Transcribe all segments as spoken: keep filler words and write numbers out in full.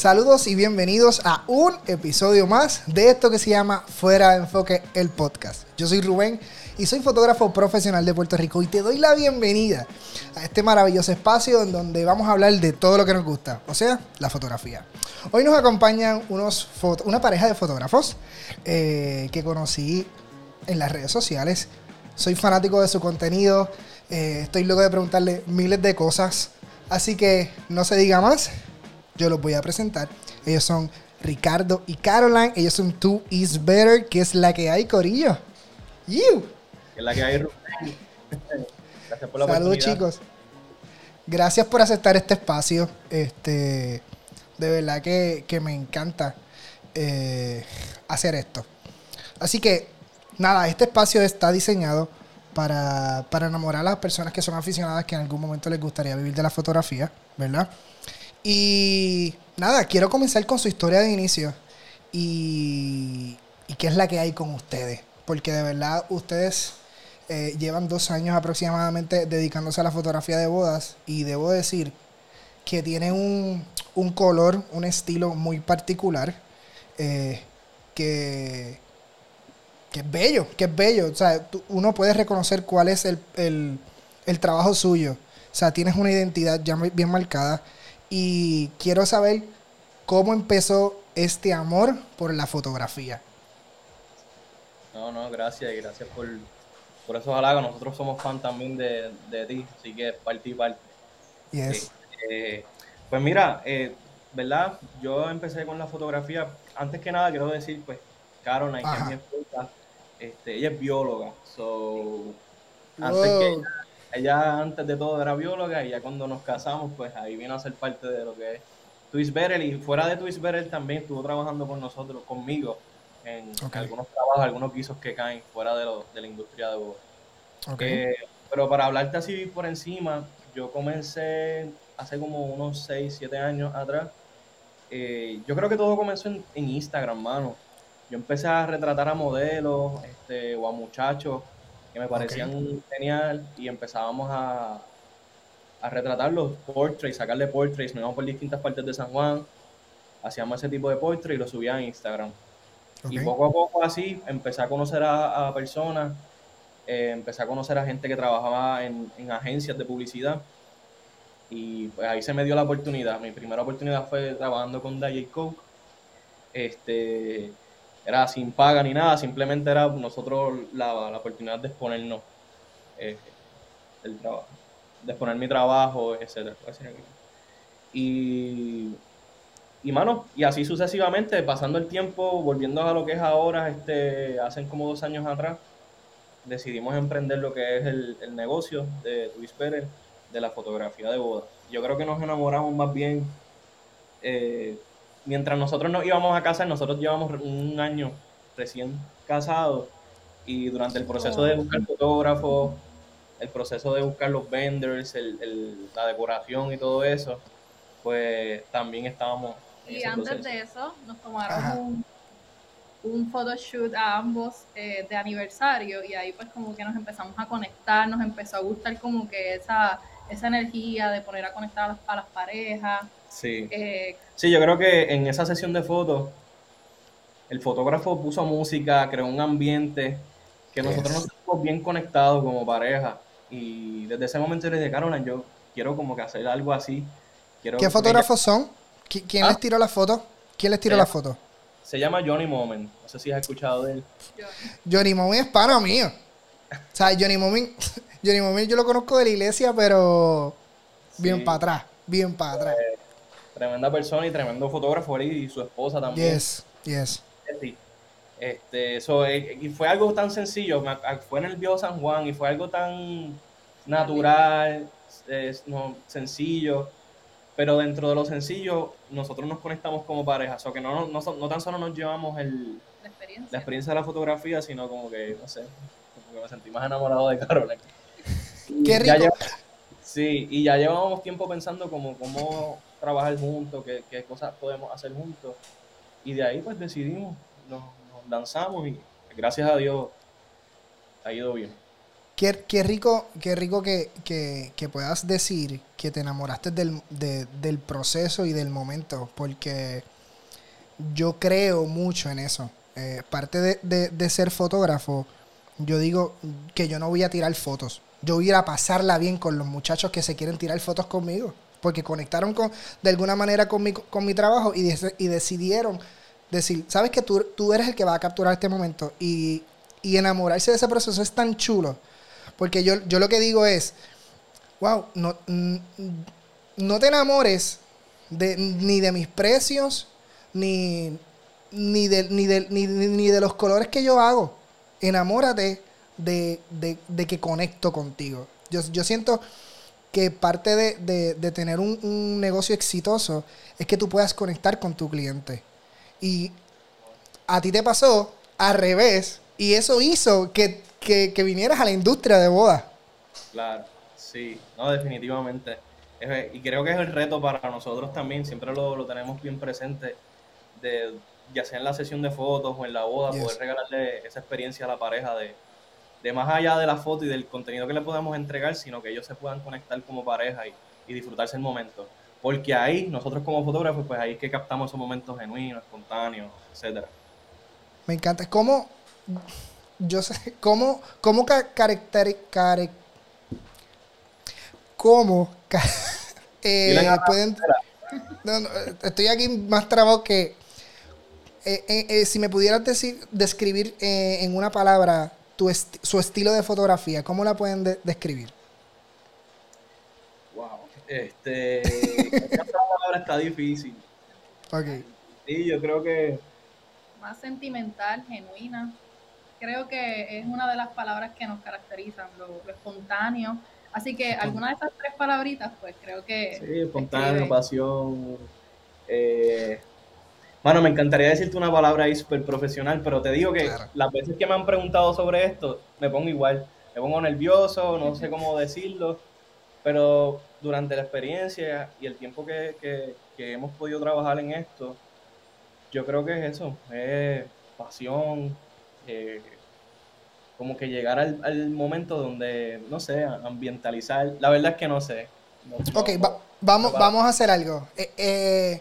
Saludos y bienvenidos a un episodio más de esto que se llama Fuera de Enfoque, el podcast. Yo soy Rubén y soy fotógrafo profesional de Puerto Rico y te doy la bienvenida a este maravilloso espacio en donde vamos a hablar de todo lo que nos gusta, o sea, la fotografía. Hoy nos acompañan unos foto- una pareja de fotógrafos eh, que conocí en las redes sociales. Soy fanático de su contenido, eh, estoy loco de preguntarle miles de cosas, así que no se diga más. Yo los voy a presentar. Ellos son Ricardo y Caroline. Ellos son Two Is Better, que es la que hay, corillo. You. Que es la que hay, Rubén. Gracias por la Saludos, oportunidad. chicos. Gracias por aceptar este espacio. Este, de verdad que, que me encanta eh, hacer esto. Así que, nada, este espacio está diseñado para, para enamorar a las personas que son aficionadas, que en algún momento les gustaría vivir de la fotografía, ¿verdad? Y nada, quiero comenzar con su historia de inicio y, y qué es la que hay con ustedes. Porque de verdad ustedes eh, llevan dos años aproximadamente dedicándose a la fotografía de bodas y debo decir que tienen un, un color, un estilo muy particular eh, que, que es bello, que es bello. O sea, tú- uno puede reconocer cuál es el, el, el trabajo suyo. O sea, tienes una identidad ya muy bien marcada. Y quiero saber cómo empezó este amor por la fotografía. No, no, gracias y gracias por, por esos halagos. Nosotros somos fan también de, de ti, así que parte y parte. Yes. Este, pues mira, eh, ¿verdad? Yo empecé con la fotografía. Antes que nada, quiero decir, pues, Caroline, que es mi Ajá. esposa, este, ella es bióloga. So, antes que Wow. ella, antes de todo era bióloga y ya cuando nos casamos, pues ahí vino a ser parte de lo que es Twist Better. Y fuera de Twist Better también estuvo trabajando con nosotros, conmigo, en, Ok. en algunos trabajos, algunos guisos que caen fuera de, lo, de la industria de bodas. Ok. Eh, pero para hablarte así por encima, yo comencé hace como unos seis siete años atrás. Eh, yo creo que todo comenzó en, en Instagram, mano. Yo empecé a retratar a modelos este, o a muchachos que me Ok. parecían genial y empezábamos a, a retratarlos, portraits, sacarle portraits, nos íbamos por distintas partes de San Juan, hacíamos ese tipo de portraits y los subía a Instagram. Ok. Y poco a poco así empecé a conocer a, a personas, eh, empecé a conocer a gente que trabajaba en, en agencias de publicidad y pues ahí se me dio la oportunidad. Mi primera oportunidad fue trabajando con Diet Coke. Este, era sin paga ni nada, simplemente era nosotros la, la oportunidad de exponernos eh, el trabajo, de exponer mi trabajo, etcétera. Y, y mano, y así sucesivamente, pasando el tiempo, volviendo a lo que es ahora, este, hacen como dos años atrás, decidimos emprender lo que es el, el negocio de Twist Better, de la fotografía de bodas. Yo creo que nos enamoramos más bien, eh, mientras nosotros nos íbamos a casar, nosotros llevamos un año recién casados y durante el proceso de Oh. buscar fotógrafos, el proceso de buscar los vendors, el, el, la decoración y todo eso, pues también estábamos en Y ese antes proceso. de eso, nos tomaron Ajá. un, un photoshoot a ambos eh, de aniversario y ahí pues como que nos empezamos a conectar, nos empezó a gustar como que esa, esa energía de poner a conectar a las, a las parejas. Sí. Eh, Sí, yo creo que en esa sesión de fotos, el fotógrafo puso música, creó un ambiente que nosotros nos Yes. sentimos bien conectados como pareja. Y desde ese momento yo le dije, Caroline, yo quiero como que hacer algo así. ¿Qué Quiero, porque ella, fotógrafos son? ¿Qui- ¿Quién ah, les tiró la foto? ¿Quién les se tiró la llama, foto? se llama Johnny Moment. No sé si has escuchado de él. Johnny. Johnny Momin es pana mío. O sea, Johnny Momin, Johnny Momin yo lo conozco de la iglesia, pero bien para Sí, atrás, bien para atrás. tremenda persona y tremendo fotógrafo él y su esposa también. Yes, yes. Sí. Este, eso, eh, y fue algo tan sencillo, me ac- fue en el viejo San Juan y fue algo tan natural, es, no, sencillo, pero dentro de lo sencillo nosotros nos conectamos como pareja, o sea, que no, no, no tan solo nos llevamos el, La la experiencia. experiencia de la fotografía, sino como que, no sé, como que me sentí más enamorado de Caroline. Qué Y ya rico. lleva, sí, y ya llevábamos tiempo pensando como cómo trabajar juntos, qué, qué cosas podemos hacer juntos, y de ahí pues decidimos, nos, nos lanzamos y gracias a Dios ha ido bien. Qué, qué rico, qué rico que, que, que puedas decir que te enamoraste del, de- del proceso y del momento, porque yo creo mucho en eso. Eh, parte de, de- de ser fotógrafo, yo digo que yo no voy a tirar fotos. Yo voy a ir a pasarla bien con los muchachos que se quieren tirar fotos conmigo, porque conectaron con, de alguna manera con mi, con mi trabajo y, dec- y decidieron decir, sabes que tú, tú eres el que va a capturar este momento y, y enamorarse de ese proceso es tan chulo. Porque yo, yo lo que digo es, wow, no, n- no te enamores de, ni de mis precios, ni, ni, de, ni, de, ni, ni de los colores que yo hago. Enamórate de, de, de que conecto contigo. Yo, yo siento que parte de, de, de tener un, un negocio exitoso es que tú puedas conectar con tu cliente. Y a ti te pasó al revés, y eso hizo que, que, que vinieras a la industria de bodas. Claro, sí, no, definitivamente. Es- y creo que es el reto para nosotros también, siempre lo, lo tenemos bien presente, de ya sea en la sesión de fotos o en la boda, poder Yes. regalarle esa experiencia a la pareja de, de más allá de la foto y del contenido que le podamos entregar, sino que ellos se puedan conectar como pareja y, y disfrutarse el momento. Porque ahí, nosotros como fotógrafos, pues ahí es que captamos esos momentos genuinos, espontáneos, etcétera. Me encanta. ¿Cómo, yo sé, cómo, cómo ca- caracteri- care- cómo ca- Dile a eh, pueden... No, no, eh, estoy aquí más trabado que... eh, eh, eh, si me pudieras decir, describir eh, en una palabra tu esti- su estilo de fotografía, ¿cómo la pueden de- describir? wow, este, esta palabra está difícil. Ok. Sí, yo creo que Más sentimental, genuina. Creo que es una de las palabras que nos caracterizan, lo, lo espontáneo. Así que Espon- alguna de esas tres palabritas, pues creo que sí, espontáneo, describe. pasión. Eh, Mano, me encantaría decirte una palabra ahí súper profesional, pero te digo que Claro. las veces que me han preguntado sobre esto, me pongo igual. Me pongo nervioso, no sé cómo decirlo, pero durante la experiencia y el tiempo que, que, que hemos podido trabajar en esto, yo creo que es eso, es pasión, eh, como que llegar al, al momento donde, no sé, ambientalizar. La verdad es que no sé. No, Ok, no, no, va- no vamos, para- vamos a hacer algo. Eh, eh,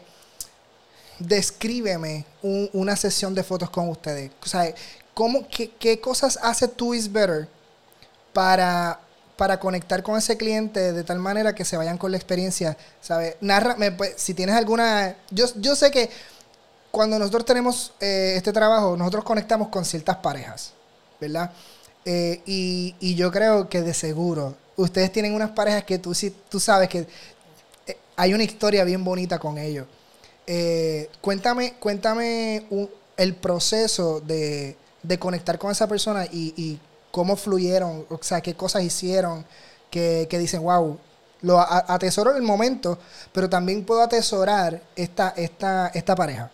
descríbeme un- una sesión de fotos con ustedes. O sea, ¿cómo, qué, qué cosas hace Two is Better para, para conectar con ese cliente de tal manera que se vayan con la experiencia? ¿Sabes? Narrame, pues, si tienes alguna... Yo, yo sé que cuando nosotros tenemos eh, este trabajo, nosotros conectamos con ciertas parejas, ¿verdad? Eh, y, y yo creo que de seguro ustedes tienen unas parejas que tú sí, tú sabes que eh, hay una historia bien bonita con ellos. Eh, cuéntame, cuéntame un- el proceso de, de conectar con esa persona y, y cómo fluyeron, o sea, qué cosas hicieron que, que dicen, wow, lo a- atesoro el momento, pero también puedo atesorar esta, esta, esta pareja.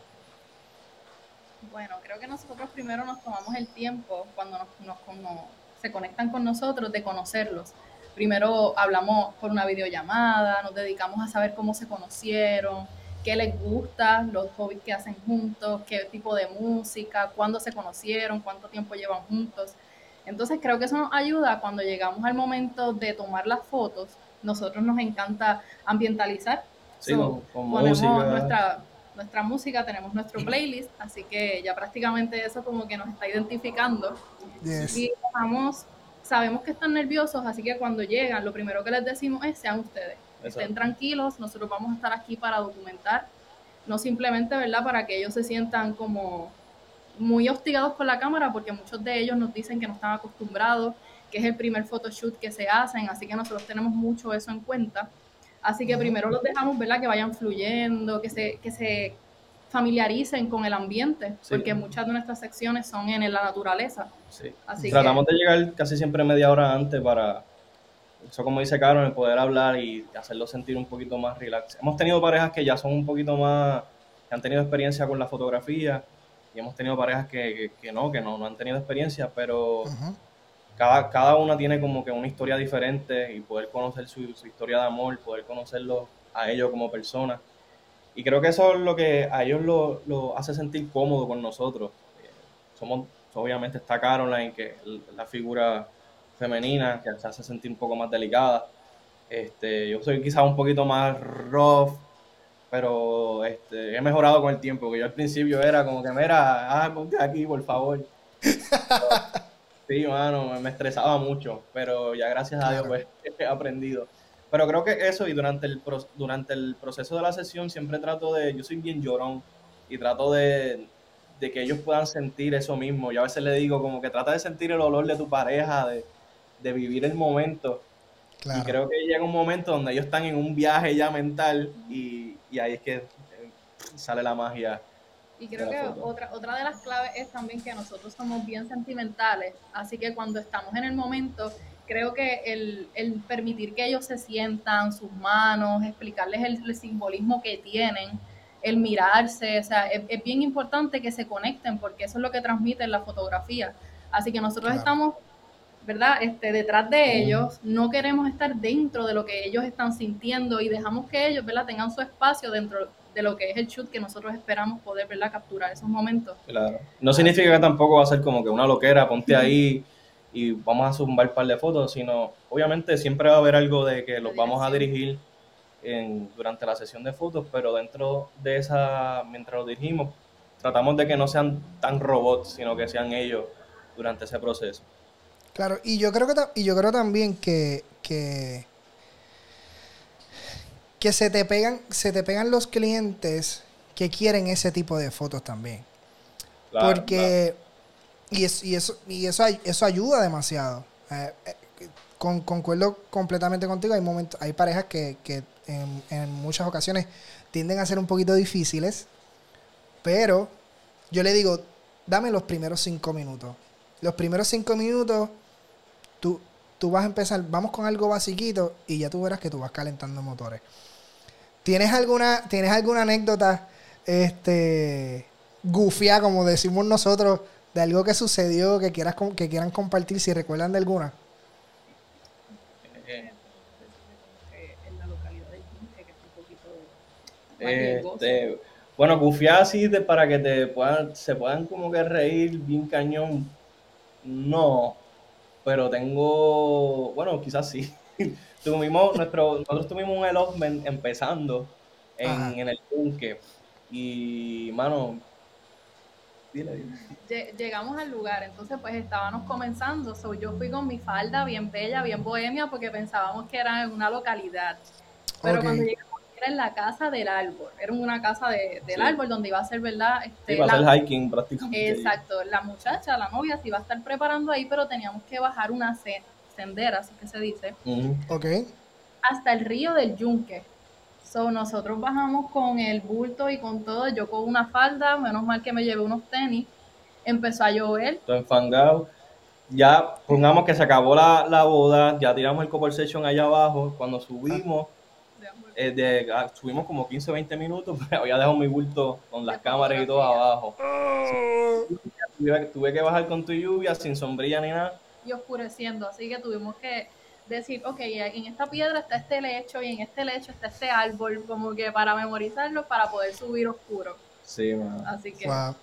Bueno, creo que nosotros primero nos tomamos el tiempo cuando nos, nos- cuando se conectan con nosotros de conocerlos. Primero hablamos por una videollamada, nos dedicamos a saber cómo se conocieron, qué les gusta, los hobbies que hacen juntos, qué tipo de música, cuándo se conocieron, cuánto tiempo llevan juntos. Entonces creo que eso nos ayuda cuando llegamos al momento de tomar las fotos. Nosotros nos encanta ambientalizar. sí, So, con, con ponemos música. nuestra, nuestra música, tenemos nuestro playlist, así que ya prácticamente eso como que nos está identificando. Sí, Yes. Y vamos, sabemos que están nerviosos, así que cuando llegan, lo primero que les decimos es sean ustedes, estén exacto. tranquilos, nosotros vamos a estar aquí para documentar, no simplemente, ¿verdad?, para que ellos se sientan como muy hostigados con la cámara, porque muchos de ellos nos dicen que no están acostumbrados, que es el primer photoshoot que se hacen, así que nosotros tenemos mucho eso en cuenta. Así que Ujú. primero los dejamos, ¿verdad?, que vayan fluyendo, que se, que se familiaricen con el ambiente, Sí, porque muchas de nuestras secciones son en la naturaleza. sí. Así que, Tratamos de llegar casi siempre media hora antes para, eso como dice Caro, el poder hablar y hacerlo sentir un poquito más relax. Hemos tenido parejas que ya son un poquito más, que han tenido experiencia con la fotografía y hemos tenido parejas que, que, que no, que no, no han tenido experiencia, pero Ujú. cada, cada una tiene como que una historia diferente y poder conocer su, su historia de amor, poder conocerlo a ellos como personas. Y creo que eso es lo que a ellos lo, lo hace sentir cómodo con nosotros. Eh, somos, obviamente está Caroline, que es la figura femenina, que se hace sentir un poco más delicada. Este, yo soy quizás un poquito más rough, pero este, he mejorado con el tiempo, porque yo al principio era como que, mira, ah, ponte aquí, por favor. Sí, mano, me, me estresaba mucho, pero ya gracias a Dios Claro. pues he aprendido. Pero creo que eso, y durante el, pro- durante el proceso de la sesión siempre trato de, yo soy bien llorón, y trato de, de que ellos puedan sentir eso mismo. Yo a veces le digo como que trata de sentir el olor de tu pareja, de, de vivir el momento. Y Claro. creo que llega un momento donde ellos están en un viaje ya mental, y, y ahí es que eh, sale la magia. Y de creo la que foto. otra, otra de las claves es también que nosotros somos bien sentimentales, así que cuando estamos en el momento, creo que el, el permitir que ellos se sientan, sus manos, explicarles el, el simbolismo que tienen, el mirarse, o sea, es, es bien importante que se conecten porque eso es lo que transmite la fotografía. Así que nosotros Claro. estamos, ¿verdad? Este, detrás de Ujú. ellos, no queremos estar dentro de lo que ellos están sintiendo y dejamos que ellos, ¿verdad? Tengan su espacio dentro de lo que es el shoot que nosotros esperamos poder, ¿verdad? Capturar esos momentos. Claro. No Así significa que- que tampoco va a ser como que una loquera, ponte ahí y vamos a zumbar un par de fotos, sino obviamente siempre va a haber algo de que los vamos a dirección. dirigir en, durante la sesión de fotos, pero dentro de esa, mientras los dirigimos, tratamos de que no sean tan robots, sino que sean ellos durante ese proceso. Claro, y yo creo que ta- y yo creo también que, que, que se te pegan, se te pegan los clientes que quieren ese tipo de fotos también. Claro, claro. Porque y, es- y eso y eso ay- eso ayuda demasiado. Eh, eh, con, concuerdo completamente contigo. Hay momentos, hay parejas que, que en, en muchas ocasiones tienden a ser un poquito difíciles, pero yo le digo, dame los primeros cinco minutos. Los primeros cinco minutos, tú, tú vas a empezar, vamos con algo basiquito y ya tú verás que tú vas calentando motores. ¿Tienes alguna, ¿tienes alguna anécdota, este, gufia, como decimos nosotros, de algo que sucedió que quieras com- que quieran compartir, si recuerdan de alguna? Eh, en la localidad de Yunque, que es un poquito más riesgoso. Este, bueno, gufiar así de, para que te puedan, se puedan como que reír bien cañón, no, pero tengo, bueno, quizás sí. Tuvimos nuestro, nosotros tuvimos un elopement empezando Ajá. en, en el búnker y, mano, dile, dile. Lle- Llegamos al lugar, entonces pues estábamos comenzando, so, yo fui con mi falda bien bella, bien bohemia, porque pensábamos que era en una localidad. Pero Ok. cuando llegamos era en la casa del árbol, era una casa de, del Sí. árbol donde iba a ser, ¿verdad? Sí, Este, para la, hacer hiking prácticamente. exacto, la muchacha, la novia se iba a estar preparando ahí, pero teníamos que bajar una se- sendera, así que se dice, Ujú. Ok. hasta el río del Yunque. So, nosotros bajamos con el bulto y con todo, yo con una falda, menos mal que me llevé unos tenis, empezó a llover. Todo enfangado. Ya, pongamos que se acabó la, la boda, ya tiramos el couple session allá abajo. Cuando subimos, eh, de, ah, subimos como quince o veinte minutos, pero había dejado mi bulto con las De cámaras y todo fotografía. abajo. Tuve, tuve que bajar con tu lluvia, sin sombrilla ni nada. Y oscureciendo, así que tuvimos que decir, ok, en esta piedra está este lecho y en este lecho está este árbol, como que para memorizarlo, para poder subir oscuro. Sí, mano. Así que Wow.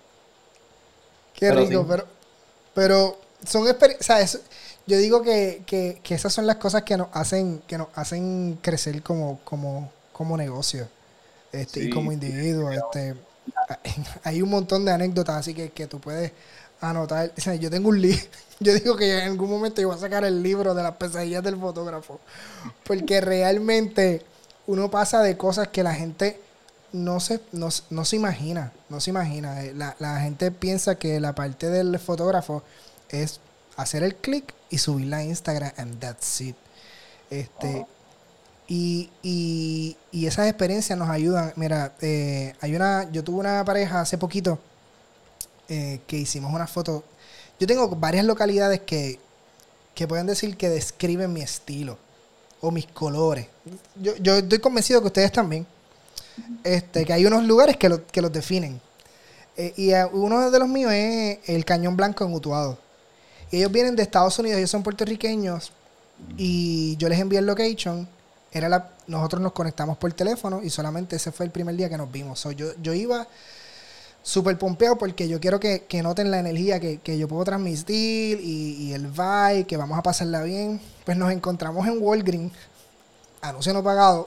Qué Pero rico, sí. pero, pero son experiencias, yo digo que, que, que esas son las cosas que nos hacen, que nos hacen crecer como, como, como negocio, este, y Sí, como individuo, este, hay un montón de anécdotas así que, que tú puedes anotar. O sea, yo tengo un libro, yo digo que en algún momento yo voy a sacar el libro de las pesadillas del fotógrafo, porque realmente uno pasa de cosas que la gente no se, no, se- no se imagina, no se imagina. Eh, La, la gente piensa que la parte del fotógrafo es hacer el clic y subirla a Instagram and that's it. Este, Ajá. y, y, y esas experiencias nos ayudan. Mira, eh, hay una, yo tuve una pareja hace poquito eh, que hicimos una foto. Yo tengo varias localidades que, que pueden decir que describen mi estilo o mis colores. Yo, yo estoy convencido que ustedes también. Este, que hay unos lugares que, lo- que los definen. Eh, y eh, uno de los míos es el Cañón Blanco en Utuado. Y ellos vienen de Estados Unidos, ellos son puertorriqueños. Y yo les envié el location. Era la, nosotros nos conectamos por teléfono y solamente ese fue el primer día que nos vimos. So, yo, yo iba súper pompeado porque yo quiero que, que noten la energía que, que yo puedo transmitir y, y el vibe, que vamos a pasarla bien. Pues nos encontramos en Walgreens, anuncio no pagado.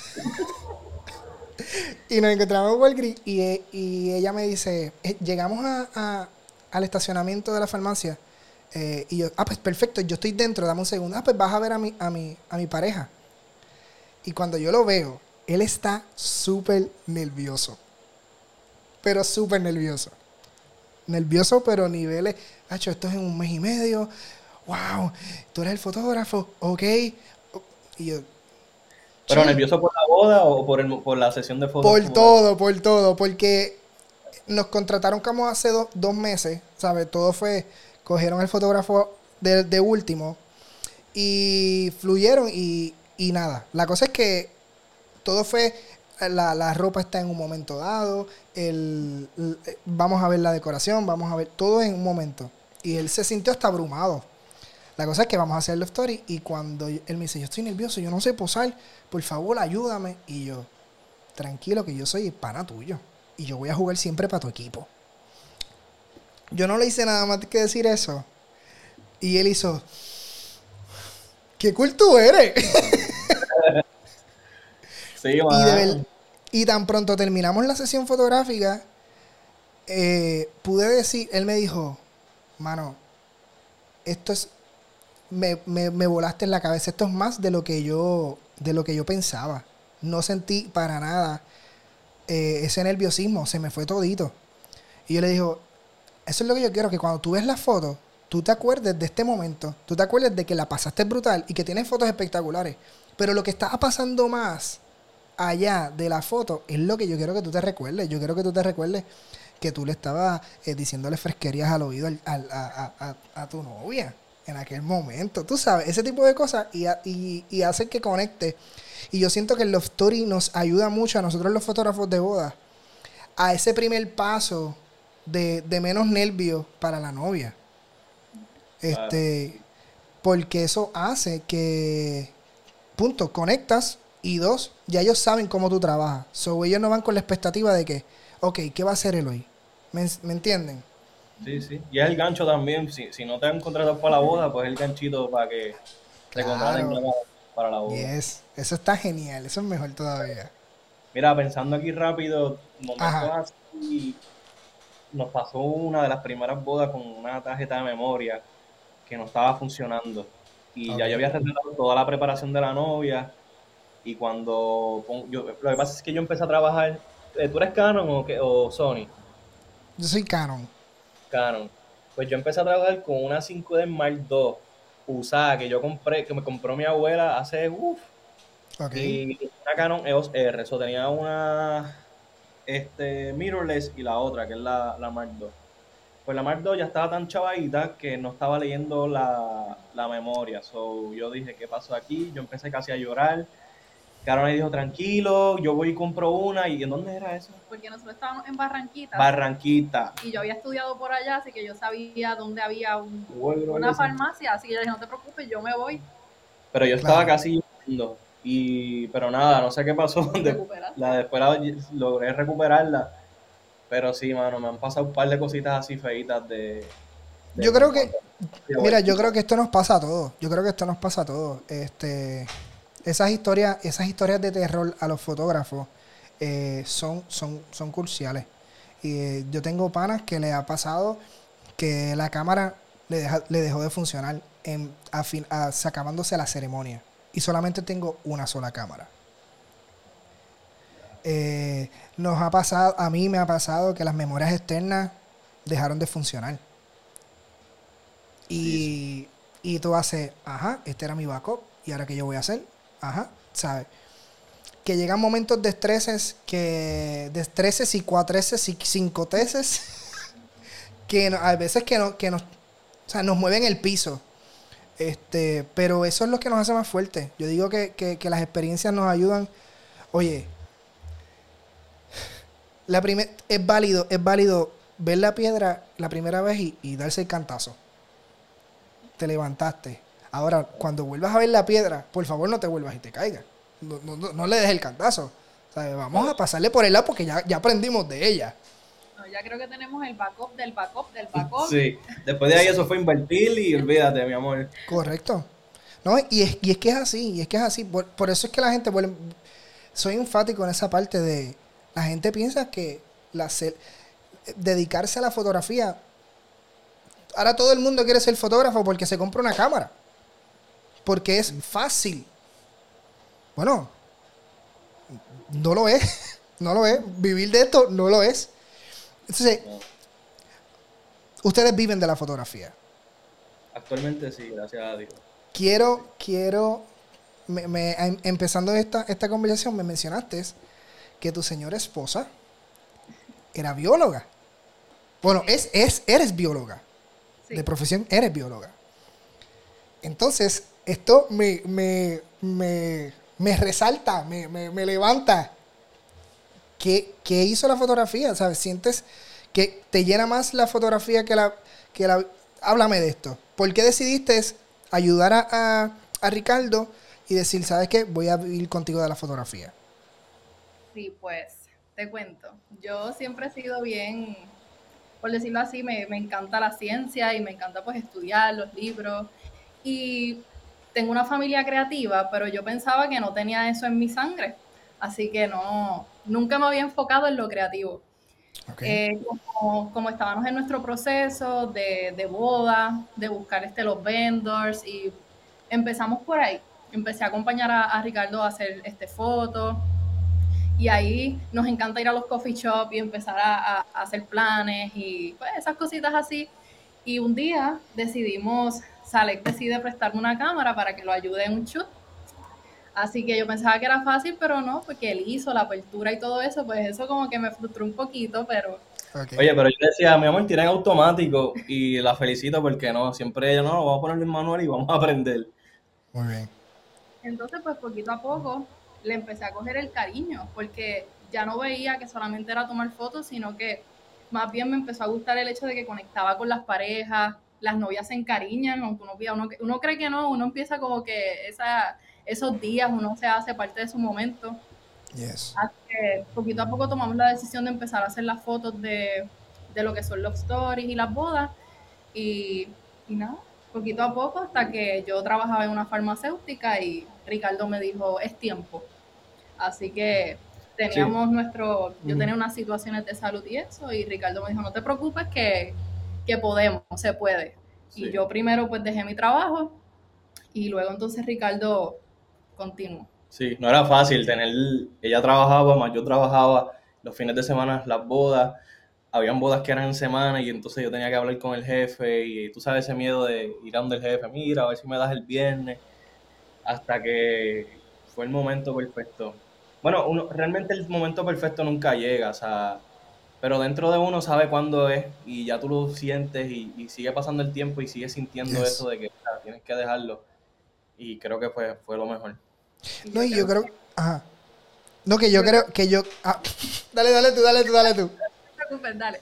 Y nos encontramos en Walgreens y, y ella me dice, eh, llegamos a, a, al estacionamiento de la farmacia eh, y yo, ah, pues perfecto, yo estoy dentro, dame un segundo. Ah, pues vas a ver a mi, a mi, a mi pareja. Y cuando yo lo veo, él está súper nervioso. Pero súper nervioso. Nervioso, pero niveles. Hacho, esto es en un mes y medio. Wow, tú eres el fotógrafo, ok. Y yo. ¿Pero sí, nervioso por la boda o por, el, por la sesión de fotos? por todo, por todo. Porque nos contrataron como hace do, dos meses, ¿sabes? Todo fue. Cogieron el fotógrafo de, de último. Y fluyeron y, y nada. La cosa es que todo fue. La, la ropa está en un momento dado, el, el, vamos a ver la decoración, vamos a ver todo en un momento. Y él se sintió hasta abrumado. La cosa es que vamos a hacer la story y cuando él me dice, yo estoy nervioso, yo no sé posar, por favor ayúdame. Y yo, tranquilo que yo soy pana tuyo y yo voy a jugar siempre para tu equipo. Yo no le hice nada más que decir eso. Y él hizo, ¿qué cool tú eres? Sí, y, de ver, y tan pronto terminamos la sesión fotográfica, eh, pude decir, él me dijo, mano, esto es, me, me, me volaste en la cabeza, esto es más de lo que yo, de lo que yo pensaba. No sentí para nada eh, ese nerviosismo, se me fue todito. Y yo le digo, eso es lo que yo quiero, que cuando tú ves la foto, tú te acuerdes de este momento, tú te acuerdes de que la pasaste brutal y que tienes fotos espectaculares, pero lo que estaba pasando más allá de la foto es lo que yo quiero que tú te recuerdes. Yo quiero que tú te recuerdes que tú le estabas eh, diciéndole fresquerías al oído al, al, a, a, a, a tu novia en aquel momento. Tú sabes, ese tipo de cosas y, y, y hace que conecte. Y yo siento que el Love Story nos ayuda mucho a nosotros los fotógrafos de boda a ese primer paso de, de menos nervios para la novia. Este, porque eso hace que, punto, conectas. Y dos, ya ellos saben cómo tú trabajas. So, ellos no van con la expectativa de que, ok, ¿qué va a hacer él hoy? ¿Me, ¿me entienden? Sí, sí. Y es el gancho también. Si, si no te han contratado para la boda, pues es el ganchito para que te contraten Claro. para la boda. Yes. Eso está genial. Eso es mejor todavía. Mira, pensando aquí rápido, momentos Ajá. así, nos pasó una de las primeras bodas con una tarjeta de memoria que no estaba funcionando. Y Ok. ya yo había retratado toda la preparación de la novia. Y cuando pon- yo, lo que pasa es que yo empecé a trabajar, eh, ¿tú eres Canon o, qué- o Sony? Yo soy Canon. Canon. Pues yo empecé a trabajar con una cinco D Mark dos usada que yo compré, que me compró mi abuela hace uff. Ok. Y una Canon E O S R, eso tenía una este, mirrorless y la otra, que es la, la Mark dos. Pues la Mark dos ya estaba tan chavadita que no estaba leyendo la, la memoria. So yo dije, ¿qué pasó aquí? Yo empecé casi a llorar. Carol me dijo, tranquilo, yo voy y compro una. ¿Y en dónde era eso? Porque nosotros estábamos en Barranquita. Barranquita. Y yo había estudiado por allá, así que yo sabía dónde había un, Bueno, una eso. farmacia. Así que yo dije, no te preocupes, yo me voy. Pero yo estaba Claro. casi yendo. Y, pero nada, no sé qué pasó. Y De- recuperaste. la después la- logré recuperarla. Pero sí, mano, me han pasado un par de cositas así feitas de... de Yo creo que, de mira, yo vueltita. creo que esto nos pasa a todos. Yo creo que esto nos pasa a todos. Este, esas historias, esas historias de terror a los fotógrafos eh, son, son, son cruciales. Y eh, yo tengo panas que le ha pasado que la cámara le, deja- le dejó de funcionar en, a fin- a- se acabándose la ceremonia. Y solamente tengo una sola cámara. Eh, nos ha pasado, a mí me ha pasado que las memorias externas dejaron de funcionar. Y, y tú haces, ajá, este era mi backup, y ahora qué yo voy a hacer, ajá, ¿sabes? Que llegan momentos de estreses, que de estreses y cuatreses y cincoteses, que no- a veces que, no, que nos, o sea, nos mueven el piso. Este, pero eso es lo que nos hace más fuertes. Yo digo que, que, que las experiencias nos ayudan. Oye, la primer, es válido, es válido ver la piedra la primera vez y, y darse el cantazo. Te levantaste. Ahora, cuando vuelvas a ver la piedra, por favor no te vuelvas y te caigas. No, no, no, no le des el cantazo. ¿Sabes? Vamos a pasarle por el lado porque ya, ya aprendimos de ella. No, ya creo que tenemos el backup del backup del backup. Sí, después de ahí eso fue invertir y olvídate, mi amor. Correcto. No, y es, y es que es así, y es que es así. Por, por eso es que la gente vuelve... Soy enfático en esa parte de... La gente piensa que la ce- dedicarse a la fotografía... Ahora todo el mundo quiere ser fotógrafo porque se compra una cámara. Porque es fácil. Bueno, no lo es. No lo es. Vivir de esto no lo es. Entonces, ustedes viven de la fotografía. Actualmente sí, gracias a Dios. Quiero, quiero, me, me- em- empezando esta, esta conversación, me mencionaste que tu señora esposa era bióloga. Bueno, es, es, eres bióloga. Sí. De profesión, eres bióloga. Entonces, esto me, me, me, me resalta, me, me, me levanta. ¿Qué, ¿Qué hizo la fotografía? ¿Sabes? ¿Sientes que te llena más la fotografía que la, que la... Háblame de esto. ¿Por qué decidiste ayudar a, a, a Ricardo y decir, ¿sabes qué? Voy a vivir contigo de la fotografía. Sí, pues, te cuento. Yo siempre he sido bien, por decirlo así, me, me encanta la ciencia y me encanta pues estudiar los libros. Y tengo una familia creativa, pero yo pensaba que no tenía eso en mi sangre. Así que no, nunca me había enfocado en lo creativo. Ok. Eh, como, como estábamos en nuestro proceso de, de boda, de buscar este, los vendors, y empezamos por ahí. Empecé a acompañar a, a Ricardo a hacer este, fotos, y ahí nos encanta ir a los coffee shop y empezar a, a- a hacer planes y pues esas cositas así. Y un día decidimos, Salek decide prestarme una cámara para que lo ayude en un shoot. Así que yo pensaba que era fácil, pero no, porque él hizo la apertura y todo eso, pues eso como que me frustró un poquito, pero Ok. Oye, pero yo decía, mi amor, tienen automático y la felicito porque no, siempre ella no, vamos a ponerle en manual y vamos a aprender. Muy bien. entonces pues poquito a poco le empecé a coger el cariño, porque ya no veía que solamente era tomar fotos, sino que más bien me empezó a gustar el hecho de que conectaba con las parejas, las novias se encariñan, aunque uno, pida- uno, uno cree que no, uno empieza como que esa, esos días uno se hace parte de su momento. Yes. Así que poquito a poco tomamos la decisión de empezar a hacer las fotos de, de lo que son los stories y las bodas. Y, y nada, poquito a poco hasta que yo trabajaba en una farmacéutica y Ricardo me dijo, es tiempo. Así que Sí. teníamos nuestro, yo Ujú. tenía unas situaciones de salud y eso, y Ricardo me dijo, no te preocupes que, que podemos, se puede. Y Sí. yo primero pues dejé mi trabajo y luego entonces Ricardo continuó. Sí, no era fácil tener, ella trabajaba, más yo trabajaba, los fines de semana, las bodas, habían bodas que eran en semana y entonces yo tenía que hablar con el jefe y tú sabes ese miedo de ir a donde el jefe, mira, a ver si me das el viernes, hasta que fue el momento perfecto. Bueno, uno, realmente el momento perfecto nunca llega, o sea, pero dentro de uno sabe cuándo es y ya tú lo sientes y, y sigue pasando el tiempo y sigues sintiendo Yes. eso de que o sea, tienes que dejarlo y creo que fue, fue lo mejor. Y No, yo y yo creo creo... que, Ajá. No, que yo yo creo creo que yo... ah, dale, dale tú, dale tú, dale tú. no te preocupes, dale.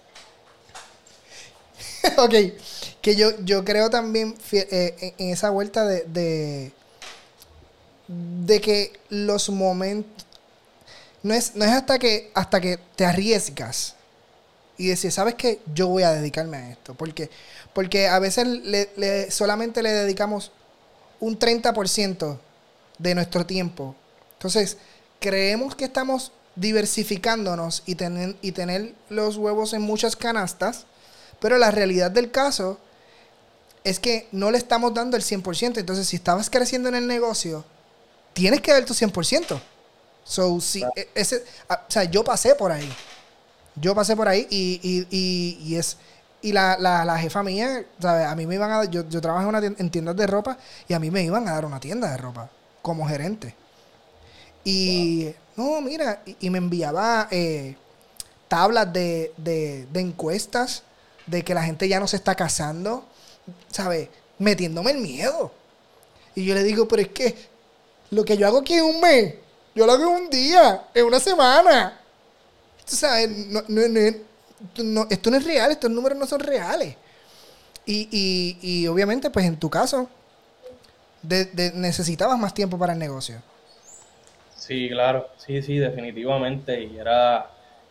Ok. Que yo, yo creo también fie- eh, en, en esa vuelta de, de, de que los momentos... No es, no es hasta que, hasta que te arriesgas y decir, ¿sabes qué? Yo voy a dedicarme a esto. Porque, porque a veces le, le- solamente le dedicamos un treinta por ciento de nuestro tiempo. Entonces, creemos que estamos diversificándonos y tener, y tener los huevos en muchas canastas, pero la realidad del caso es que no le estamos dando el cien por ciento. Entonces, si estabas creciendo en el negocio, tienes que dar tu cien por ciento. So, si, Claro. e- ese, a- o sea, yo pasé por ahí. Yo pasé por ahí y, y, y, y es... Y la, la, la jefa mía, ¿sabes? A mí me iban a dar... Yo, yo trabajo en, una tienda- en tiendas de ropa y a mí me iban a dar una tienda de ropa como gerente. Y... No, mira, y, y me enviaba eh, tablas de, de, de encuestas de que la gente ya no se está casando, ¿sabes? Metiéndome el miedo. Y yo le digo, pero es que lo que yo hago aquí en un mes, yo lo hago en un día, en una semana. Tú sabes, no, no, no, no, esto no es real, estos números no son reales. Y, y, y obviamente, pues en tu caso, de, de- necesitabas más tiempo para el negocio. Sí, claro, sí, sí, definitivamente. Y era,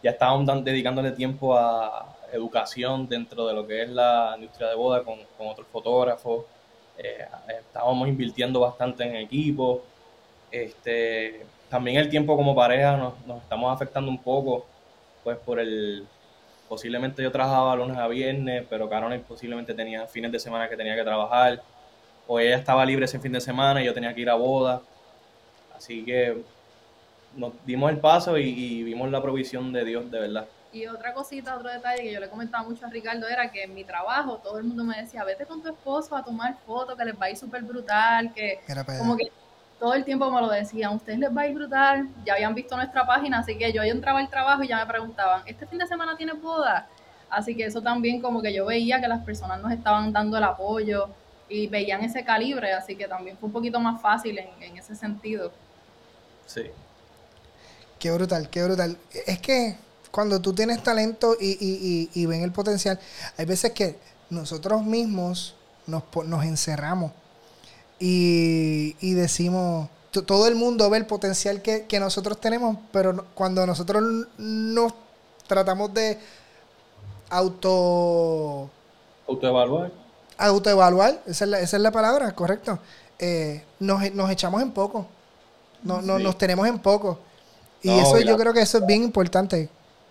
ya estábamos dan- dedicándole tiempo a educación dentro de lo que es la industria de boda con, con otros fotógrafos. Eh, estábamos invirtiendo bastante en equipo. Este, también el tiempo como pareja nos, nos estamos afectando un poco, pues por el, posiblemente yo trabajaba lunes a viernes, pero Caroline posiblemente tenía fines de semana que tenía que trabajar, o ella estaba libre ese fin de semana y yo tenía que ir a boda. Así que nos dimos el paso y, y vimos la provisión de Dios, de verdad. Y otra cosita, otro detalle que yo le comentaba mucho a Ricardo era que en mi trabajo todo el mundo me decía, vete con tu esposo a tomar fotos, que les va a ir súper brutal, que Mira para como allá. que todo el tiempo me lo decían, a ustedes les va a ir brutal, ya habían visto nuestra página, así que yo entraba al trabajo y ya me preguntaban, ¿este fin de semana tienes boda? Así que eso también como que yo veía que las personas nos estaban dando el apoyo y veían ese calibre, así que también fue un poquito más fácil en, en ese sentido. Sí. Qué brutal, qué brutal. Es que cuando tú tienes talento y, y, y, y ven el potencial, hay veces que nosotros mismos nos, po- nos encerramos y, y decimos, t- todo el mundo ve el potencial que, que nosotros tenemos, pero no- cuando nosotros n- nos tratamos de auto Autoevaluar. autoevaluar, esa es la, esa es la palabra, correcto, eh, nos, nos echamos en poco, no, no, nos Sí. tenemos en poco. Y No, eso y yo la- creo que eso es bien importante.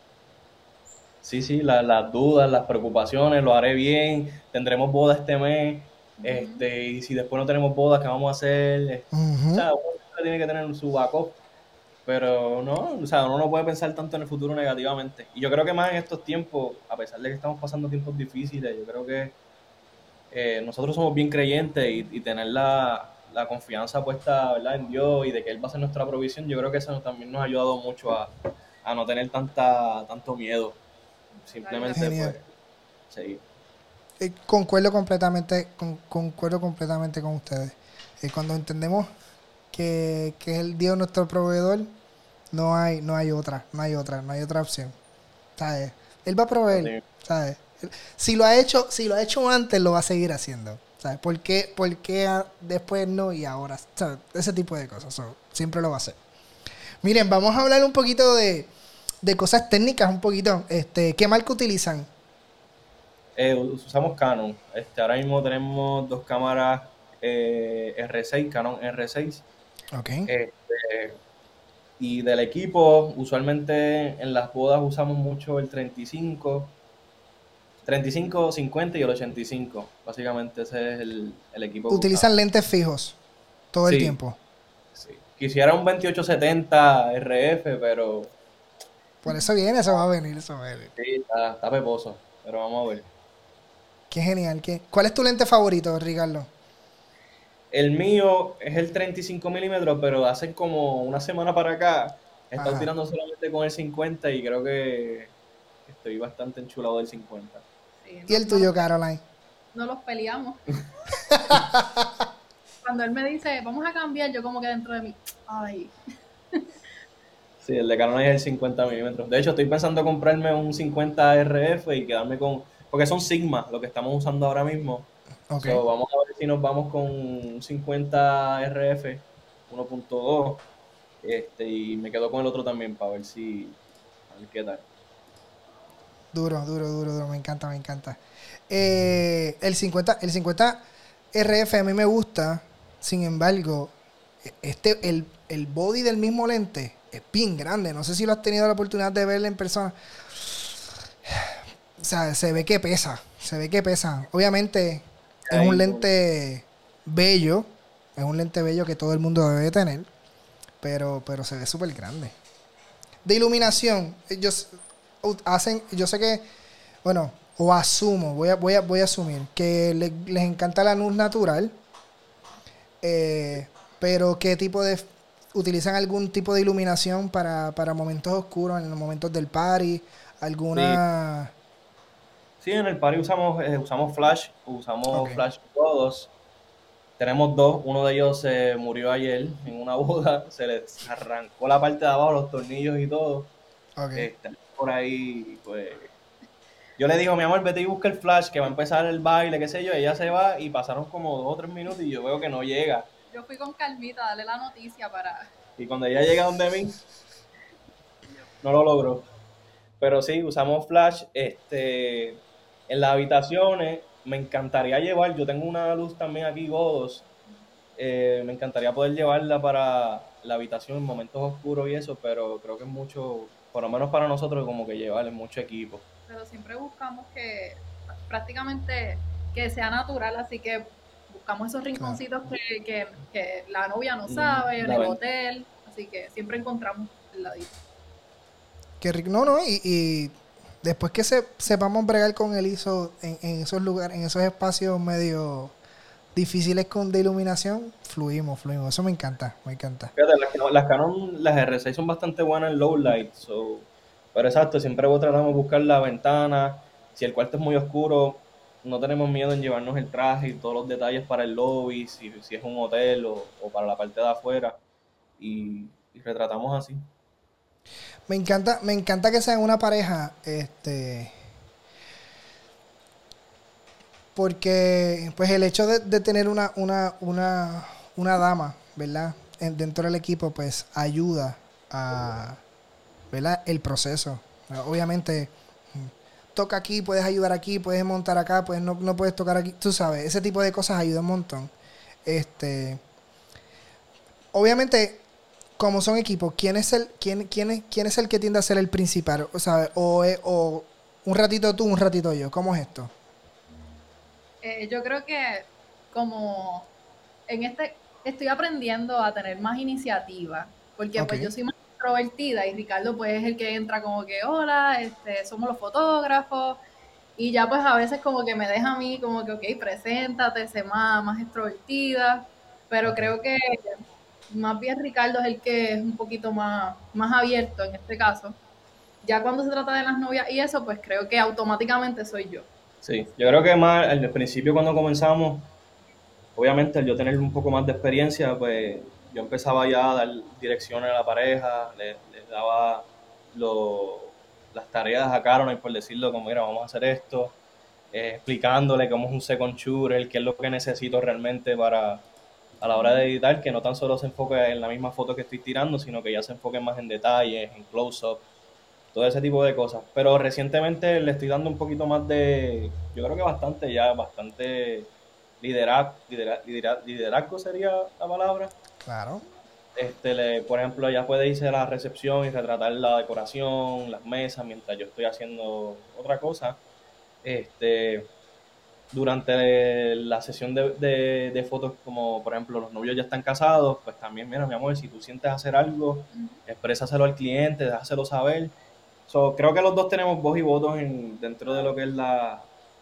sí, sí, la- las dudas, las preocupaciones, lo haré bien, tendremos boda este mes, este, y si después no tenemos boda, ¿qué vamos a hacer? Eh, O Ujú. sea, uno siempre tiene que tener su backup, pero no, o sea, uno no puede pensar tanto en el futuro negativamente. Y yo creo que más en estos tiempos, a pesar de que estamos pasando tiempos difíciles, yo creo que eh, nosotros somos bien creyentes y, y tener la, la confianza puesta, ¿verdad?, en Dios y de que Él va a ser nuestra provisión, yo creo que eso nos- también nos ha ayudado mucho a, a no tener tanta, tanto miedo. Simplemente, Genial. pues, seguir. Eh, concuerdo completamente, con- concuerdo completamente con ustedes. Eh, cuando entendemos que, que el Dios nuestro proveedor, no hay, no hay otra, no hay otra, no hay otra opción. ¿Sabes? Él va a proveer, Así, ¿sabes? Él- Si lo ha hecho, si lo ha hecho antes, lo va a seguir haciendo. ¿Sabes? ¿Por qué, por qué a- después no y ahora? ¿Sabes? Ese tipo de cosas. So, siempre lo va a hacer. Miren, vamos a hablar un poquito de, de cosas técnicas, un poquito. Este, ¿qué marca utilizan? eh, usamos Canon. Este, ahora mismo tenemos dos cámaras eh, R seis, Canon R seis. Ok. Este, y del equipo, usualmente en las bodas usamos mucho el treinta y cinco, treinta y cinco, cincuenta y el ochenta y cinco. Básicamente ese es el, el equipo que usamos. Utilizan lentes fijos todo el Sí, tiempo. sí. Quisiera un veintiocho setenta R F, pero Por eso viene, eso va a venir, eso va a venir. sí, está, está peposo. Pero vamos a ver. Qué genial. Qué... ¿Cuál es tu lente favorito, Ricardo? El mío es el treinta y cinco milímetros, pero hace como una semana para acá he estado Ajá. tirando solamente con el cincuenta y creo que estoy bastante enchulado del cincuenta. Sí, ¿Y no, el no, tuyo, Caroline? no los peleamos. Cuando él me dice, vamos a cambiar, yo como que dentro de mí, ay, Sí, el de Canon es el cincuenta milímetros. De hecho, estoy pensando comprarme un cincuenta R F y quedarme con... Porque son Sigma, lo que estamos usando ahora mismo. Ok. So, vamos a ver si nos vamos con un cincuenta R F uno punto dos, este, y me quedo con el otro también para ver si... A ver qué tal. Duro, duro, duro, duro. Me encanta, me encanta. Eh, el cincuenta, el cincuenta R F a mí me gusta. Sin embargo, este, el, el body del mismo lente es bien grande. No sé si lo has tenido la oportunidad de verlo en persona. O sea, se ve que pesa. Se ve que pesa. Obviamente, es Ahí, un lente bello. Es un lente bello que todo el mundo debe tener. Pero, pero se ve súper grande. De iluminación, ellos hacen, yo sé que, bueno, o asumo, voy a, voy a, voy a asumir que le- les encanta la luz natural, eh, pero qué tipo de, utilizan algún tipo de iluminación para, para momentos oscuros, en los momentos del party, sí, alguna... sí, en el party usamos, eh, usamos flash, Ok. usamos flash todos. Tenemos dos, uno de ellos se murió ayer en una boda, se les arrancó la parte de abajo, los tornillos y todo. Ok. Está por ahí, pues. Yo le digo, mi amor, vete y busca el flash, que va a empezar el baile, qué sé yo. Ella se va y pasaron como dos o tres minutos y yo veo que no llega. yo fui con calmita a darle la noticia para... Y cuando ella llega donde mí, no lo logró. pero sí, usamos flash. Este, en las habitaciones me encantaría llevar, yo tengo una luz también aquí, Godos, eh, me encantaría poder llevarla para la habitación en momentos oscuros y eso, pero creo que es mucho, por lo menos para nosotros, como que llevarle mucho equipo. Pero siempre buscamos que prácticamente que sea natural, así que buscamos esos Claro. rinconcitos que, que, que la novia no Mm, sabe, en la el ven- hotel, así que siempre encontramos el ladito. Qué rico. No, no, y, y después que se, sepamos bregar con el I S O en, en esos lugares, en esos espacios medio difíciles con de iluminación, fluimos, fluimos. Eso me encanta, me encanta. Fíjate, las, Canon- las Canon, las R seis son bastante buenas en low light, so, pero exacto, siempre tratamos de buscar la ventana. Si el cuarto es muy oscuro, no tenemos miedo en llevarnos el traje y todos los detalles para el lobby, si, si es un hotel o, o para la parte de afuera, y, y retratamos así. Me encanta, me encanta que sean una pareja, este, porque pues el hecho de, de tener una, una, una, una dama, ¿verdad? En- dentro del equipo, pues ayuda a, ¿verdad? El proceso. Obviamente, toca aquí, puedes ayudar aquí, puedes montar acá, pues no, no puedes tocar aquí. Tú sabes, ese tipo de cosas ayuda un montón. Este, obviamente, como son equipos, ¿quién es el, quién, quién es, quién es el que tiende a ser el principal? O sea, o, es- o un ratito tú, un ratito yo. ¿Cómo es esto? Eh, yo creo que como en este estoy aprendiendo a tener más iniciativa, porque Ok. pues yo soy más introvertida y Ricardo pues es el que entra como que, hola, este, somos los fotógrafos, y ya pues a veces como que me deja a mí como que, ok, preséntate, sé más, más extrovertida, pero Ok. creo que más bien Ricardo es el que es un poquito más, más abierto en este caso. Ya cuando se trata de las novias y eso, pues creo que automáticamente soy yo. Sí, yo creo que más al principio cuando comenzamos, obviamente al yo tener un poco más de experiencia, pues yo empezaba ya a dar direcciones a la pareja, les, les daba lo- las tareas a Caroline, por decirlo, como, mira, vamos a hacer esto, eh, explicándole cómo es un second shooter, qué es lo que necesito realmente para a la hora de editar, que no tan solo se enfoque en la misma foto que estoy tirando, sino que ya se enfoque más en detalles, en close-up, todo ese tipo de cosas. Pero recientemente le estoy dando un poquito más de, yo creo que bastante ya, bastante liderazgo, liderazgo, liderazgo sería la palabra. Claro. Este, le, por ejemplo, ya puede irse a la recepción y retratar la decoración, las mesas, mientras yo estoy haciendo otra cosa. Este, durante la sesión de, de, de fotos, como por ejemplo los novios ya están casados, pues también, mira, mi amor, si tú sientes hacer algo, exprésaselo al cliente, déjaselo saber. So, creo que los dos tenemos voz y votos en, dentro de lo que es la,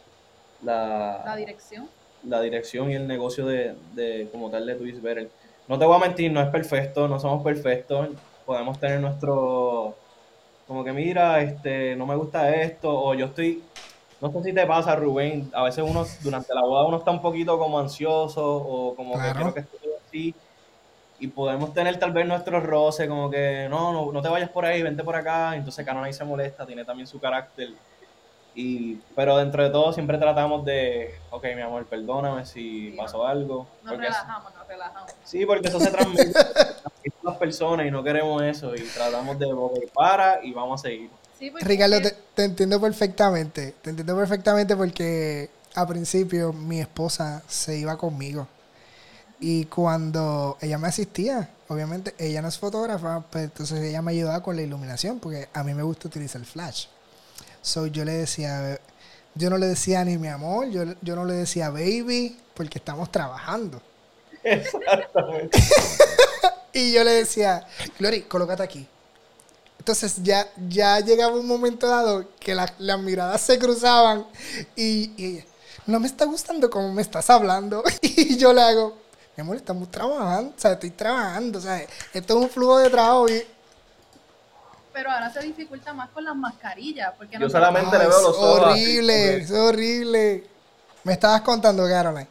La la, dirección. la dirección y el negocio de, de como tal de Twist Better. No te voy a mentir, no es perfecto, no somos perfectos, podemos tener nuestro, como que mira, este, no me gusta esto, o yo estoy, no sé si te pasa, Rubén, a veces uno, durante la boda uno está un poquito como ansioso, o como que quiero Claro. que esté todo así, y podemos tener tal vez nuestros roces, como que no, no, no te vayas por ahí, vente por acá, entonces Canon ahí se molesta, tiene también su carácter, y, pero dentro de todo siempre tratamos de, ok, mi amor, perdóname si Sí, no, pasó algo, nos porque es- relajamos, nos relajamos. sí, porque eso se transmite a las personas y no queremos eso, y tratamos de, ok, para y vamos a seguir. Sí, porque es Ricardo, que te, te entiendo perfectamente. Te entiendo perfectamente porque a principio mi esposa se iba conmigo. Y cuando ella me asistía, obviamente ella no es fotógrafa, pues entonces ella me ayudaba con la iluminación porque a mí me gusta utilizar el flash. So yo le decía, yo no le decía ni mi amor, yo, yo no le decía baby, porque estamos trabajando. Exactamente. Y yo le decía, Glory, colócate aquí. Entonces ya, ya llegaba un momento dado que la- las miradas se cruzaban y, y ella, no me está gustando cómo me estás hablando. Y yo le hago, mi amor, estamos trabajando, o sea, estoy trabajando, o sea, esto es un flujo de trabajo. Y, pero ahora se dificulta más con las mascarillas, porque Yo nosotros solamente ay, le veo es los ojos así, como horrible, que, es horrible. Me estabas contando, Caroline.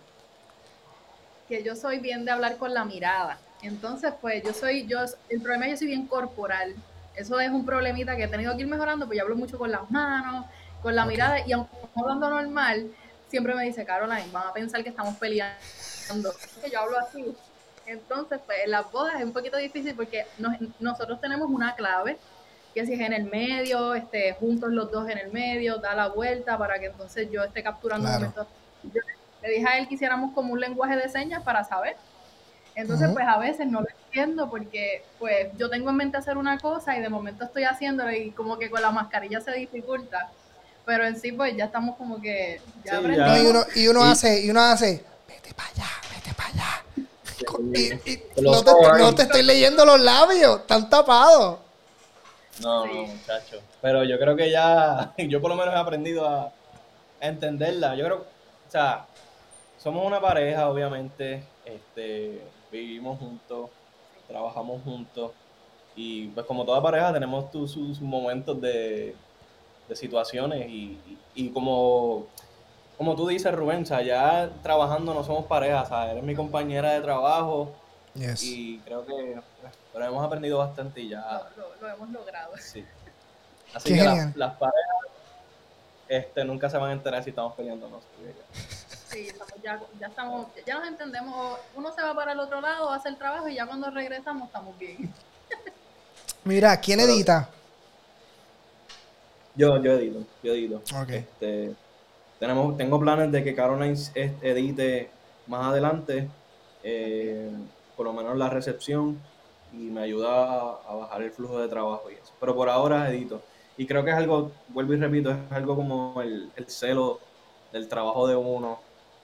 que yo soy bien de hablar con la mirada. Entonces, pues yo soy, yo, el problema es que yo soy bien corporal. Eso es un problemita que he tenido que ir mejorando, pues yo hablo mucho con las manos, con la Ok. mirada, y aunque estamos hablando normal, siempre me dice, Caroline, van a pensar que estamos peleando, que yo hablo así. Entonces, pues en las bodas es un poquito difícil porque nos, nosotros tenemos una clave que si es en el medio, este, juntos los dos en el medio, da la vuelta para que entonces yo esté capturando Claro. momentos. Yo le dije a él que hiciéramos como un lenguaje de señas para saber. Entonces, Ujú. pues a veces no lo entiendo porque pues yo tengo en mente hacer una cosa y de momento estoy haciéndolo y como que con la mascarilla se dificulta. Pero en sí, pues ya estamos como que ya Sí, No, y aprendimos. uno, y uno Y- hace, y uno hace, vete para allá, vete para allá. Y, y Con los no, te, estoy- ojos no ahí. te estoy leyendo los labios, están tapados. No, no, Sí. muchacho. Pero yo creo que ya, yo por lo menos he aprendido a, a entenderla. Yo creo, o sea, somos una pareja, obviamente, este, vivimos juntos, trabajamos juntos y pues como toda pareja tenemos tu- sus, sus momentos de, de situaciones y, y, y como, como tú dices, Rubén, o sea, ya trabajando no somos pareja, o sea, eres mi compañera de trabajo Yes. y creo que pues, pero hemos aprendido bastante y ya, Lo, lo, lo hemos logrado. sí. Así Qué que las, genial. las parejas este, nunca se van a enterar si estamos peleándonos. porque ya- Sí, estamos ya, ya estamos, ya nos entendemos. Uno se va para el otro lado, hace el trabajo y ya cuando regresamos estamos bien. Mira, ¿quién Pero edita? yo, yo edito, yo edito. Ok. Este, tenemos, tengo planes de que Caroline es- edite más adelante, eh, por lo menos la recepción, y me ayuda a, a bajar el flujo de trabajo y eso. Pero por ahora edito. Y creo que es algo, vuelvo y repito, es algo como el, el celo del trabajo de uno.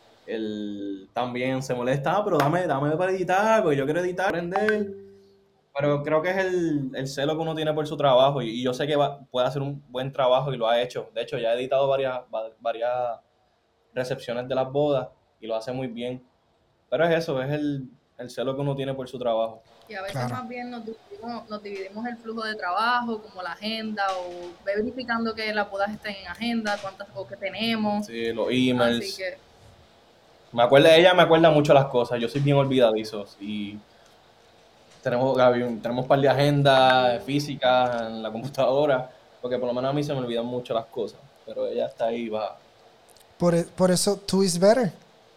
El, también se molesta, "Ah, pero dame, dame para editar, porque yo quiero editar, aprender. Pero creo que es el, el celo que uno tiene por su trabajo y, y yo sé que va- puede hacer un buen trabajo y lo ha hecho. De hecho, ya he editado varias, va- varias recepciones de las bodas y lo hace muy bien. Pero es eso, es el, el celo que uno tiene por su trabajo. Y a veces Claro. más bien nos dividimos, nos dividimos el flujo de trabajo, como la agenda, o verificando que las bodas estén en agenda, cuántas o que tenemos. Sí, los Así emails. que Me acuerda, ella me acuerda mucho las cosas. Yo soy bien olvidadizo y tenemos, Gaby, tenemos un par de agendas físicas en la computadora, porque por lo menos a mí se me olvidan mucho las cosas. Pero ella está ahí, va, Por, e- por eso, two is better.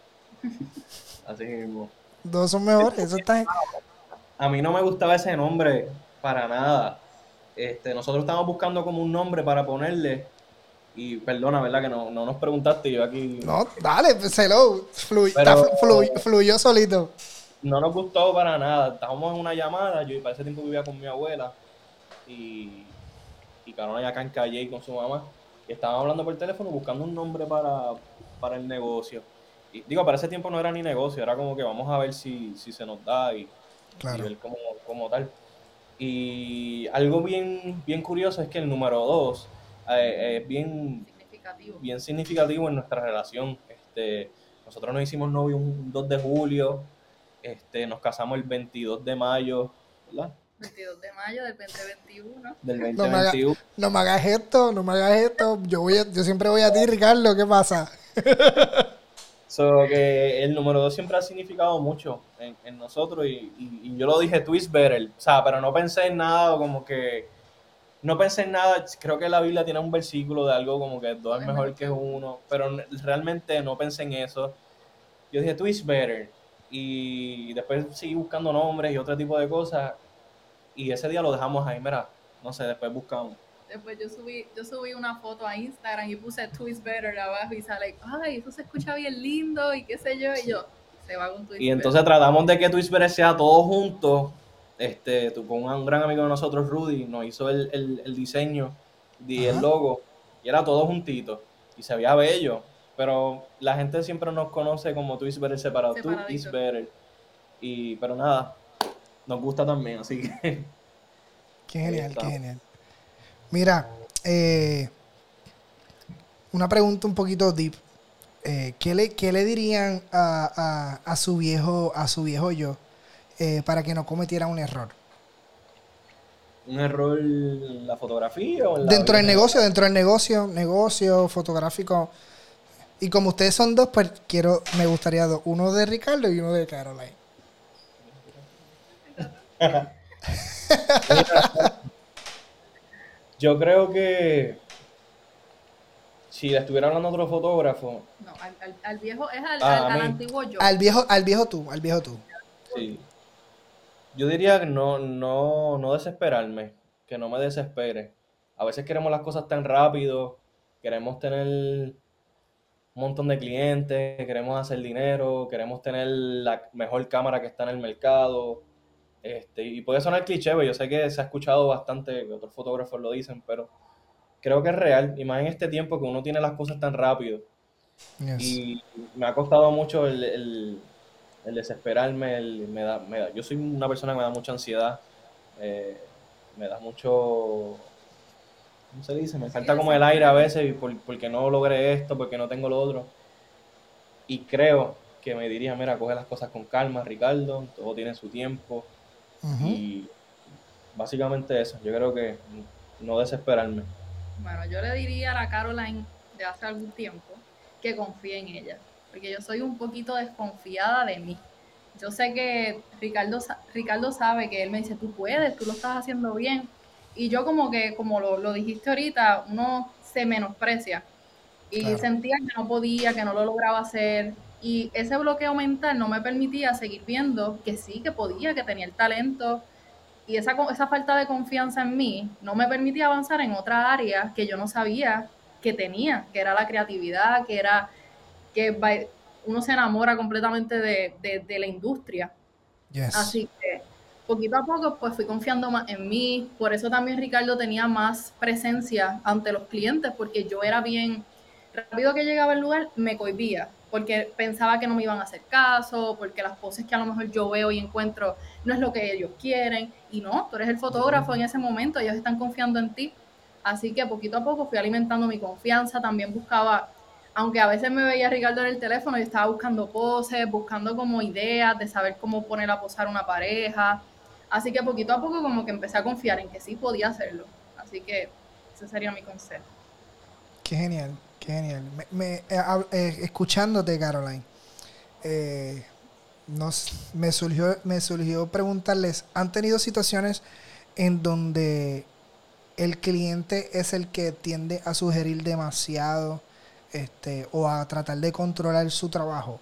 así mismo. Dos son mejores. Eso está. A mí no me gustaba ese nombre para nada. Este, nosotros estábamos buscando como un nombre para ponerle. Y perdona, ¿verdad? Que no, no nos preguntaste. Yo aquí. No, dale, pues hello. Flu- está Pero flu- flu- fluyó solito. no nos gustó para nada. Estábamos en una llamada. Yo para ese tiempo vivía con mi abuela. Y, y Carona acá en Calle con su mamá. Y estábamos hablando por teléfono buscando un nombre para, para el negocio. Y digo, para ese tiempo no era ni negocio. Era como que vamos a ver si, si se nos da y, y Claro. ver cómo, cómo tal. Y algo bien, bien curioso es que el número dos eh, es bien, significativo. bien significativo en nuestra relación. Este, nosotros nos hicimos novios un dos de julio, este, nos casamos el veintidós de mayo, ¿verdad? veintidós de mayo del veinte veintiuno. Del No me, haga- veinte veintiuno. no me hagas esto, no me hagas esto. Yo, voy a- yo siempre voy a ti, Ricardo. ¿Qué pasa? So, que el número dos siempre ha significado mucho en, en nosotros y, y, y yo lo dije, twist better, o sea, pero no pensé en nada como que, no pensé en nada, creo que la Biblia tiene un versículo de algo como que dos es mejor que uno, pero n- realmente no pensé en eso. Yo dije, twist better, y después seguí buscando nombres y otro tipo de cosas, y ese día lo dejamos ahí, mira, no sé, después buscamos. Después yo subí, yo subí una foto a Instagram y puse Twist Better abajo y sale, ay, eso se escucha bien lindo y qué sé yo, y yo, se va con Twist Y entonces tratamos de que Twist better sea todo junto. Este, tú, con un gran amigo de nosotros, Rudy, nos hizo el, el, el diseño y el Ajá. logo, y era todo juntito, y se veía bello, pero la gente siempre nos conoce como Twist Better separado, tú Separadito. is better, y, pero nada, nos gusta también, así que Qué ahí genial, qué estamos. genial. Mira, eh, una pregunta un poquito deep. Eh, ¿qué, le, ¿Qué le dirían a, a, a su viejo a su viejo yo eh, para que no cometiera un error? ¿Un error en la fotografía o en la Dentro del vida? negocio, dentro del negocio, negocio fotográfico. Y como ustedes son dos, pues quiero, me gustaría dos. Uno de Ricardo y uno de Caroline. Yo creo que si le estuviera hablando a otro fotógrafo, No, al, al, al viejo, es al, Ah, al, a al mí. antiguo yo. Al viejo, al viejo tú, al viejo tú. sí. Yo diría que no, no, no desesperarme, que no me desespere. A veces queremos las cosas tan rápido, queremos tener un montón de clientes, queremos hacer dinero, queremos tener la mejor cámara que está en el mercado. Este, y puede sonar cliché, pero yo sé que se ha escuchado bastante, que otros fotógrafos lo dicen, pero creo que es real. Y más en este tiempo que uno tiene las cosas tan rápido. Yes. Y me ha costado mucho el, el, el desesperarme. El, me da, me da, yo soy una persona que me da mucha ansiedad. Eh, me da mucho... ¿Cómo se dice? Me falta como el aire a veces por, porque no logré esto, porque no tengo lo otro. Y creo que me diría, mira, coge las cosas con calma, Ricardo, todo tiene su tiempo. Uh-huh. Y básicamente eso, yo creo que no desesperarme. Bueno, yo le diría a la Caroline de hace algún tiempo que confíe en ella, porque yo soy un poquito desconfiada de mí. Yo sé que Ricardo, Ricardo sabe que él me dice, tú puedes, tú lo estás haciendo bien. Y yo como que, como lo, lo dijiste ahorita, uno se menosprecia. Y claro. Sentía que no podía, que no lo lograba hacer. Y ese bloqueo mental no me permitía seguir viendo que sí, que podía, que tenía el talento. Y esa, esa falta de confianza en mí no me permitía avanzar en otra área que yo no sabía que tenía, que era la creatividad, que era que uno se enamora completamente de, de, de la industria. Yes. Así que poquito a poco pues fui confiando más en mí. Por eso también Ricardo tenía más presencia ante los clientes, porque yo era bien, rápido que llegaba al lugar me cohibía, porque pensaba que no me iban a hacer caso, porque las poses que a lo mejor yo veo y encuentro no es lo que ellos quieren. Y no, tú eres el fotógrafo en ese momento, ellos están confiando en ti. Así que poquito a poco fui alimentando mi confianza. También buscaba, aunque a veces me veía Ricardo en el teléfono, yo estaba buscando poses, buscando como ideas de saber cómo poner a posar una pareja. Así que poquito a poco como que empecé a confiar en que sí podía hacerlo. Así que ese sería mi consejo. Qué genial, qué genial. Me, me, eh, eh, escuchándote, Caroline, eh, nos, me, surgió, me surgió preguntarles, ¿han tenido situaciones en donde el cliente es el que tiende a sugerir demasiado este, o a tratar de controlar su trabajo?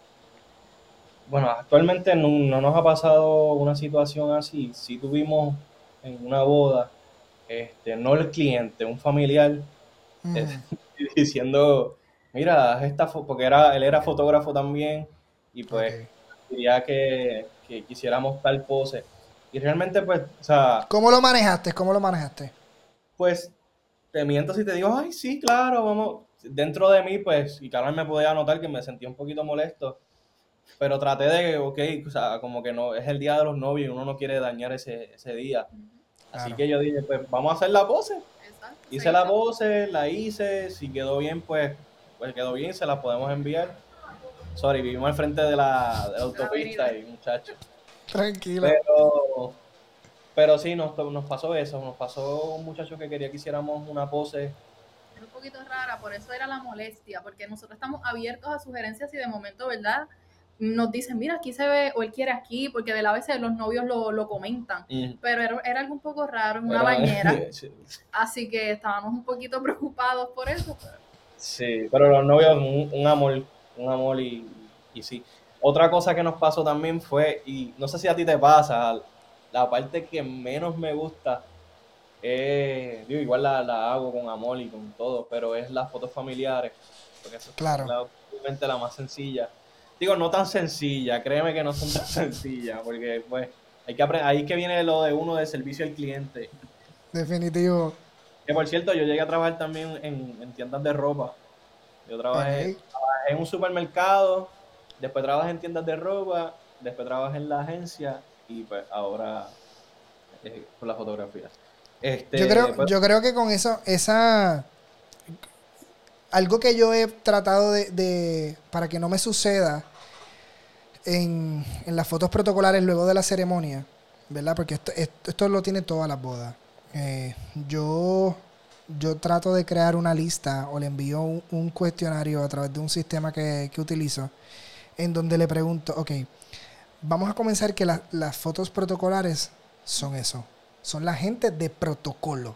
Bueno, actualmente no, no nos ha pasado una situación así. Sí tuvimos en una boda, este, no el cliente, un familiar, mm. eh, diciendo, mira, haz esta foto, porque era, él era fotógrafo también, y pues okay. quería que, que quisiéramos tal pose. Y realmente, pues, o sea... ¿Cómo lo manejaste? ¿Cómo lo manejaste? Pues, te miento si te digo, ay, sí, claro, vamos. Dentro de mí, pues, y Carol me podía notar que me sentía un poquito molesto, pero traté de, ok, o sea, como que no, es el día de los novios y uno no quiere dañar ese, ese día. Así claro. que yo dije, pues, vamos a hacer la pose. Exacto, hice sí, la pose, la hice, si quedó bien, pues, pues quedó bien, se la podemos enviar. Sorry, vivimos al frente de la, de la autopista y muchachos. Tranquilo. Pero... Pero sí, nos, nos pasó eso, nos pasó un muchacho que quería que hiciéramos una pose. Es un poquito rara, por eso era la molestia, porque nosotros estamos abiertos a sugerencias y de momento, ¿verdad? Nos dicen, mira, aquí se ve, o él quiere aquí, porque de la vez los novios lo, lo comentan, mm. pero era, era algo un poco raro, en una pero, bañera, sí. Así que estábamos un poquito preocupados por eso. Pero... Sí, pero los novios, un, un amor, un amor y, y sí. Otra cosa que nos pasó también fue, y no sé si a ti te pasa, la parte que menos me gusta, eh, digo, igual la, la hago con amor y con todo, pero es las fotos familiares, porque eso claro. es la, obviamente la más sencilla. Digo, no tan sencilla, créeme que no son tan sencillas, porque pues hay que aprender, ahí es que viene lo de uno de servicio al cliente. Definitivo. Que por cierto, yo llegué a trabajar también en, en tiendas de ropa. Yo trabajé, okay. trabajé en un supermercado, después trabajé en tiendas de ropa, después trabajé en la agencia, y pues ahora eh, con la fotografía. Este, yo creo, pues, yo creo que con eso, esa algo que yo he tratado de, de para que no me suceda en, en las fotos protocolares luego de la ceremonia, ¿verdad? Porque esto, esto, esto lo tiene todas las bodas. Eh, yo, yo trato de crear una lista o le envío un, un cuestionario a través de un sistema que, que utilizo, en donde le pregunto, ok, vamos a comenzar que la, las fotos protocolares son eso. Son la gente de protocolo.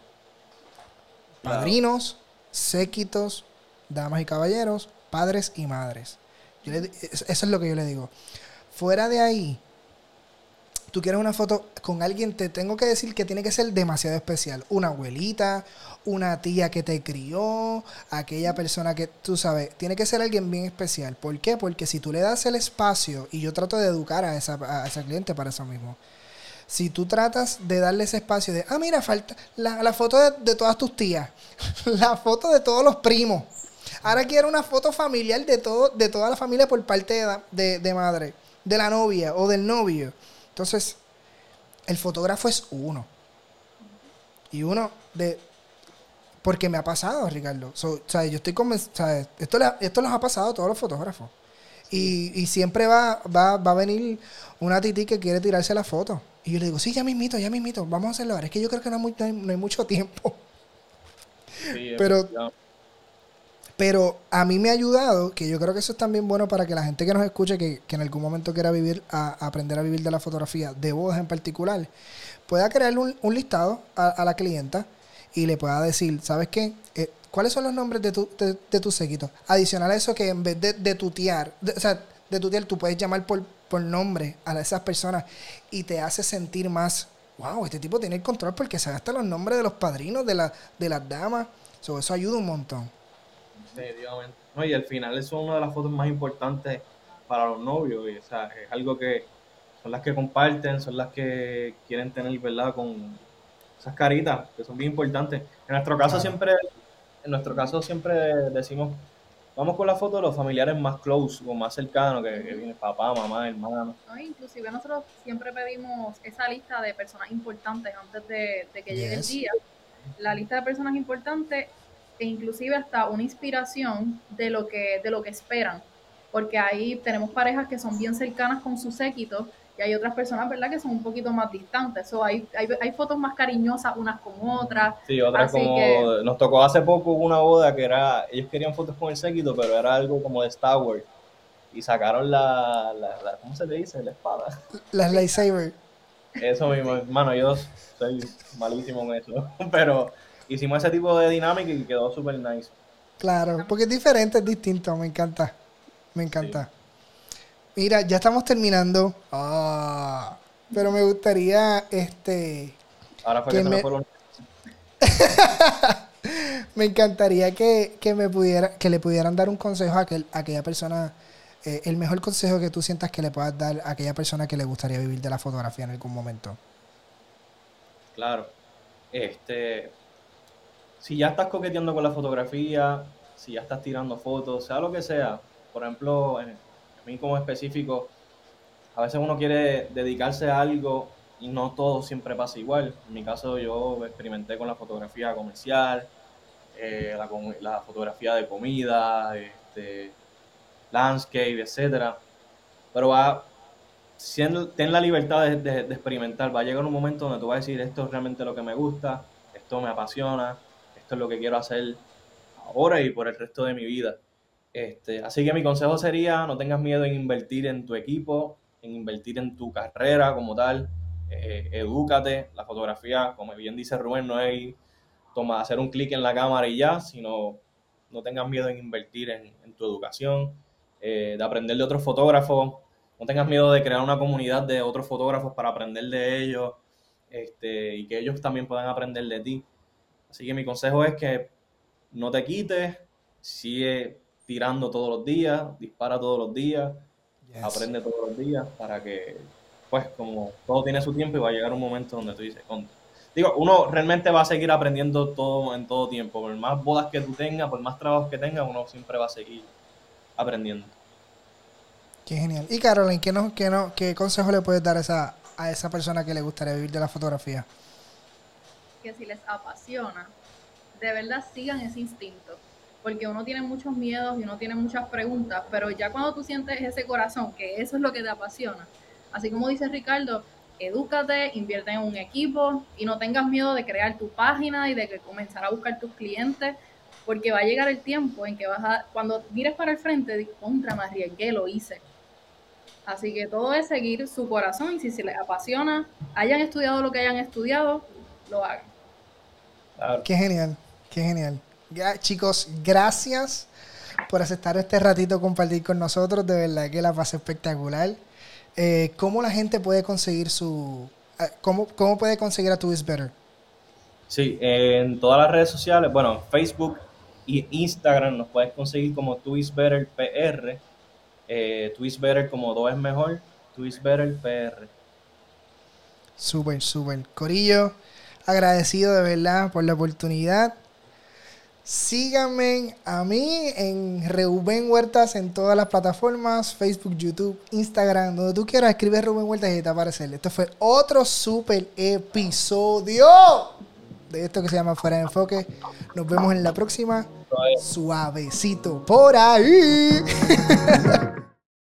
Padrinos, séquitos, damas y caballeros, padres y madres. Yo le, eso es lo que yo le digo. Fuera de ahí, tú quieres una foto con alguien, te tengo que decir que tiene que ser demasiado especial. Una abuelita, una tía que te crió, aquella persona que, tú sabes, tiene que ser alguien bien especial. ¿Por qué? Porque si tú le das el espacio, y yo trato de educar a esa, a esa cliente para eso mismo. Si tú tratas de darle ese espacio de, ah, mira, falta la, la foto de, de todas tus tías, la foto de todos los primos. Ahora quiero una foto familiar de todo, de toda la familia por parte de, de, de madre, de la novia o del novio. Entonces, el fotógrafo es uno. Y uno de... Porque me ha pasado, Ricardo. So, o sea, yo estoy convencido... O sea, esto, le, esto les ha pasado a todos los fotógrafos. Sí. Y, y siempre va, va, va a venir una tití que quiere tirarse la foto. Y yo le digo, sí, ya mismito, ya mismito. Vamos a hacerlo ahora. Es que yo creo que no hay, muy, no hay, no hay mucho tiempo. Sí, pero... Pero a mí me ha ayudado, que yo creo que eso es también bueno para que la gente que nos escuche, que, que en algún momento quiera vivir, a, a aprender a vivir de la fotografía, de bodas en particular, pueda crearle un, un listado a, a la clienta y le pueda decir, ¿sabes qué? Eh, ¿Cuáles son los nombres de, tu, de, de tus séquitos? Adicional a eso, que en vez de, de tutear, de, o sea, de tutear, tú puedes llamar por, por nombre a esas personas y te hace sentir más, wow, este tipo tiene el control porque se gasta los nombres de los padrinos, de, la, de las damas. So, eso ayuda un montón. Definitivamente. No, y al final eso es una de las fotos más importantes para los novios. Y, o sea, es algo que son las que comparten, son las que quieren tener, ¿verdad? Con esas caritas que son bien importantes. En nuestro caso claro. siempre, en nuestro caso siempre decimos, vamos con la foto de los familiares más close o más cercanos, que, que viene papá, mamá, hermano. No, inclusive nosotros siempre pedimos esa lista de personas importantes antes de, de que yes. llegue el día. La lista de personas importantes e inclusive hasta una inspiración de lo que de lo que esperan, porque ahí tenemos parejas que son bien cercanas con su séquito y hay otras personas, ¿verdad?, que son un poquito más distantes. So, hay, hay, hay fotos más cariñosas unas con otras. Sí, otras como... Que... Nos tocó hace poco una boda que era... Ellos querían fotos con el séquito, pero era algo como de Star Wars. Y sacaron la... la, la ¿cómo se le dice? La espada. Las lightsaber. Eso mismo, hermano, yo soy malísimo en eso. Pero... hicimos ese tipo de dinámica y quedó súper nice. Claro, porque es diferente, es distinto. Me encanta. Me encanta. Sí. Mira, ya estamos terminando. Ah, pero me gustaría, este... Ahora fue que, que se me, me fueron... me encantaría que, que me pudiera, que le pudieran dar un consejo a, aquel, a aquella persona, eh, el mejor consejo que tú sientas que le puedas dar a aquella persona que le gustaría vivir de la fotografía en algún momento. Claro. Este... Si ya estás coqueteando con la fotografía, si ya estás tirando fotos, sea lo que sea, por ejemplo, en, en mí como específico, a veces uno quiere dedicarse a algo y no todo siempre pasa igual. En mi caso yo experimenté con la fotografía comercial, eh, la, la fotografía de comida, este, landscape, etcétera. Pero va, siendo, ten la libertad de, de, de experimentar. Va a llegar un momento donde tú vas a decir, esto es realmente lo que me gusta, esto me apasiona, esto es lo que quiero hacer ahora y por el resto de mi vida. Este, así que mi consejo sería, no tengas miedo en invertir en tu equipo, en invertir en tu carrera como tal. Eh, edúcate. La fotografía, como bien dice Rubén, no es toma, hacer un clic en la cámara y ya, sino no tengas miedo en invertir en, en tu educación, eh, de aprender de otros fotógrafos. No tengas miedo de crear una comunidad de otros fotógrafos para aprender de ellos, este, y que ellos también puedan aprender de ti. Así que mi consejo es que no te quites, sigue tirando todos los días, dispara todos los días, yes. aprende todos los días para que, pues, como todo tiene su tiempo y va a llegar un momento donde tú dices, contra. Digo, uno realmente va a seguir aprendiendo todo en todo tiempo. Por más bodas que tú tengas, por más trabajos que tengas, uno siempre va a seguir aprendiendo. Qué genial. Y Caroline, ¿qué, no, qué, no, qué consejo le puedes dar a esa, a esa persona que le gustaría vivir de la fotografía? Que si les apasiona, de verdad sigan ese instinto, porque uno tiene muchos miedos y uno tiene muchas preguntas, pero ya cuando tú sientes ese corazón, que eso es lo que te apasiona, así como dice Ricardo, edúcate, invierte en un equipo y no tengas miedo de crear tu página y de que comenzar a buscar tus clientes, porque va a llegar el tiempo en que vas a, cuando mires para el frente, dices, contra, me arriesgué, lo hice. Así que todo es seguir su corazón y si se les apasiona, hayan estudiado lo que hayan estudiado, lo hagan. Claro. Qué genial, qué genial. Ya, chicos, gracias por aceptar este ratito compartir con nosotros. De verdad que la pasé espectacular. Eh, ¿Cómo la gente puede conseguir su... eh, ¿Cómo, cómo puede conseguir a Tu Is Better? Sí, en todas las redes sociales, bueno, Facebook y Instagram nos puedes conseguir como Tu Is Better P R, eh, Tu Is Better como dos es mejor, Tu Is Better P R. Súper, súper. Corillo, agradecido de verdad por la oportunidad. Síganme a mí en Reuben Huertas en todas las plataformas, Facebook, YouTube, Instagram, donde tú quieras, escribe Reuben Huertas y te va a aparecer. Este fue otro super episodio de esto que se llama Fuera de Enfoque. Nos vemos en la próxima. Suavecito por ahí.